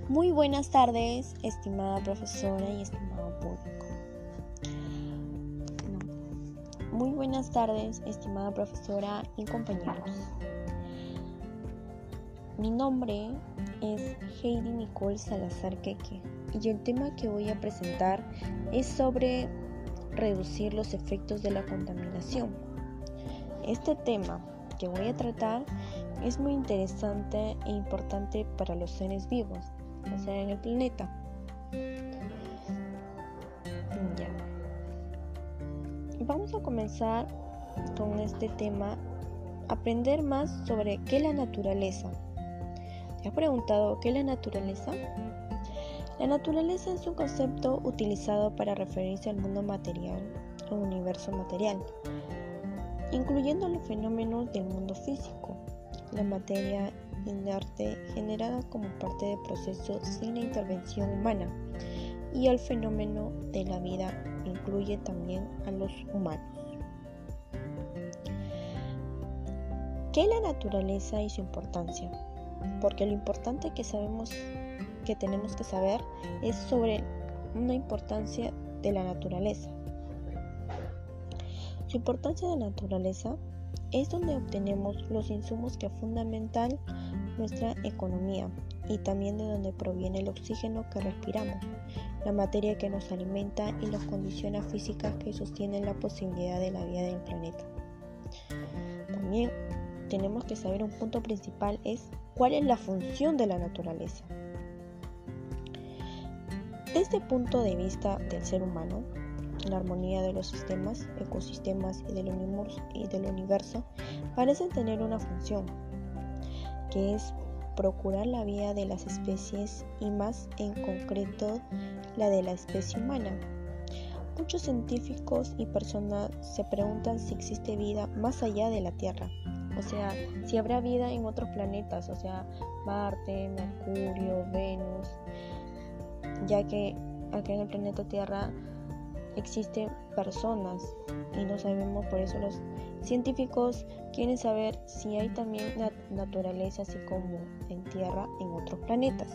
Muy buenas tardes, estimada profesora y estimado público. Muy buenas tardes, estimada profesora y compañeros. Mi nombre es Heidi Nicole Salazar Queque y el tema que voy a presentar es sobre reducir los efectos de la contaminación. Este tema que voy a tratar es muy interesante e importante para los seres vivos, o sea, en el planeta. Vamos a comenzar con este tema, aprender más sobre qué es la naturaleza. ¿Te has preguntado qué es la naturaleza? La naturaleza es un concepto utilizado para referirse al mundo material o universo material, incluyendo los fenómenos del mundo físico, la materia inerte generada como parte de procesos sin la intervención humana, y el fenómeno de la vida incluye también a los humanos. ¿Qué es la naturaleza y su importancia? Porque lo importante que tenemos que saber es sobre una importancia de la naturaleza. Su importancia de la naturaleza es donde obtenemos los insumos que fundamentan nuestra economía y también de donde proviene el oxígeno que respiramos, la materia que nos alimenta y las condiciones físicas que sostienen la posibilidad de la vida del planeta. También tenemos que saber un punto principal es cuál es la función de la naturaleza. Desde el punto de vista del ser humano, la armonía de los sistemas, ecosistemas y del universo parecen tener una función, que es procurar la vida de las especies y más en concreto la de la especie humana. Muchos científicos y personas se preguntan si existe vida más allá de la Tierra, o sea, si habrá vida en otros planetas, o sea, Marte, Mercurio, Venus, ya que acá en el planeta Tierra existen personas y no sabemos, por eso los científicos quieren saber si hay también naturaleza así como en Tierra en otros planetas.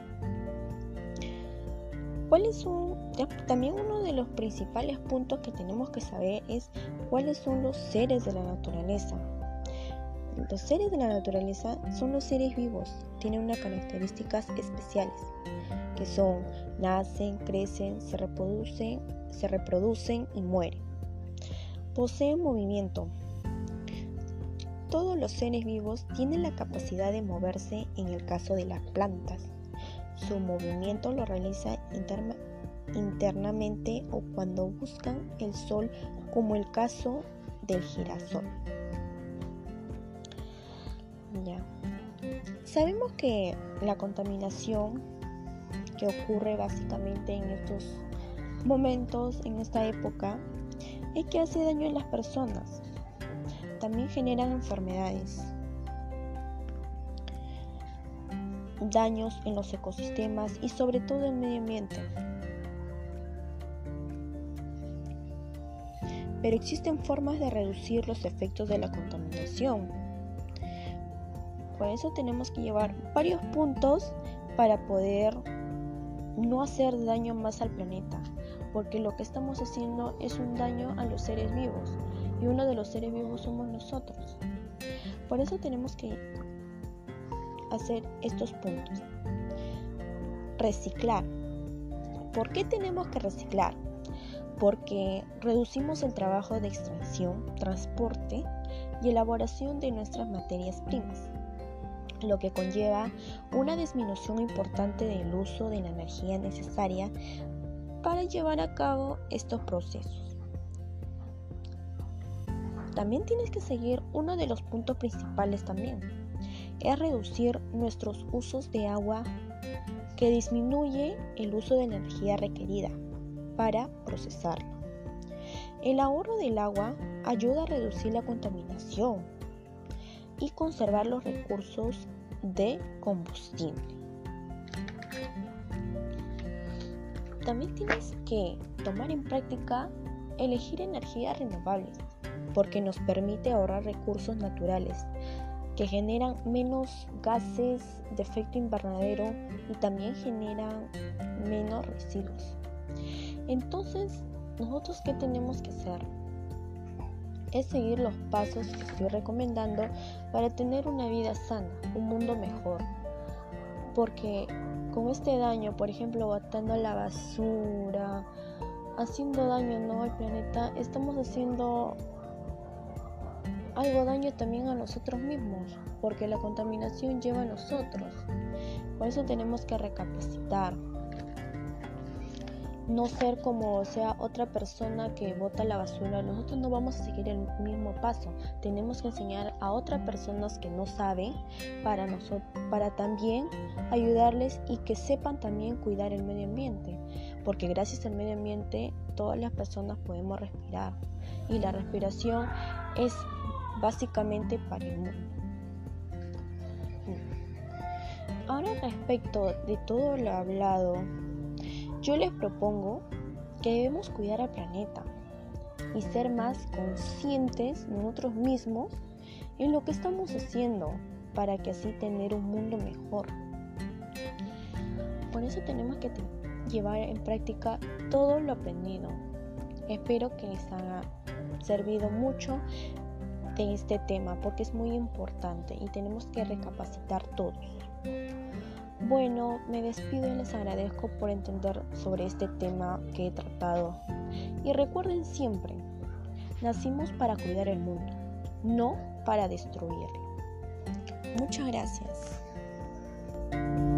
También uno de los principales puntos que tenemos que saber es cuáles son los seres de la naturaleza. Los seres de la naturaleza son los seres vivos, tienen unas características especiales, que son nacen, crecen, se reproducen y mueren. Poseen movimiento. Todos los seres vivos tienen la capacidad de moverse en el caso de las plantas. Su movimiento lo realiza internamente o cuando buscan el sol, como el caso del girasol. Sabemos que la contaminación que ocurre básicamente en estos momentos, en esta época, es que hace daño a las personas. También generan enfermedades, daños en los ecosistemas y sobre todo en el medio ambiente. Pero existen formas de reducir los efectos de la contaminación. Por eso tenemos que llevar varios puntos para poder no hacer daño más al planeta, porque lo que estamos haciendo es un daño a los seres vivos y uno de los seres vivos somos nosotros. Por eso tenemos que hacer estos puntos. Reciclar. ¿Por qué tenemos que reciclar? Porque reducimos el trabajo de extracción, transporte y elaboración de nuestras materias primas, lo que conlleva una disminución importante del uso de la energía necesaria para llevar a cabo estos procesos. También tienes que seguir uno de los puntos principales también, es reducir nuestros usos de agua, que disminuye el uso de energía requerida para procesarlo. El ahorro del agua ayuda a reducir la contaminación y conservar los recursos de combustible. También tienes que tomar en práctica elegir energías renovables, porque nos permite ahorrar recursos naturales que generan menos gases de efecto invernadero y también generan menos residuos. Entonces, ¿nosotros qué tenemos que hacer? Es seguir los pasos que estoy recomendando para tener una vida sana, un mundo mejor. Porque con este daño, por ejemplo, botando la basura, haciendo daño al planeta, estamos haciendo algo daño también a nosotros mismos, porque la contaminación lleva a nosotros. Por eso tenemos que recapacitar. No ser como otra persona que bota la basura. Nosotros no vamos a seguir el mismo paso. Tenemos que enseñar a otras personas que no saben para también ayudarles y que sepan también cuidar el medio ambiente. Porque gracias al medio ambiente todas las personas podemos respirar. Y la respiración es básicamente para el mundo. Ahora, respecto de todo lo hablado, yo les propongo que debemos cuidar al planeta y ser más conscientes nosotros mismos en lo que estamos haciendo para que así tener un mundo mejor. Por eso tenemos que llevar en práctica todo lo aprendido. Espero que les haya servido mucho de este tema porque es muy importante y tenemos que recapacitar todos. Bueno, me despido y les agradezco por entender sobre este tema que he tratado. Y recuerden siempre, nacimos para cuidar el mundo, no para destruirlo. Muchas gracias.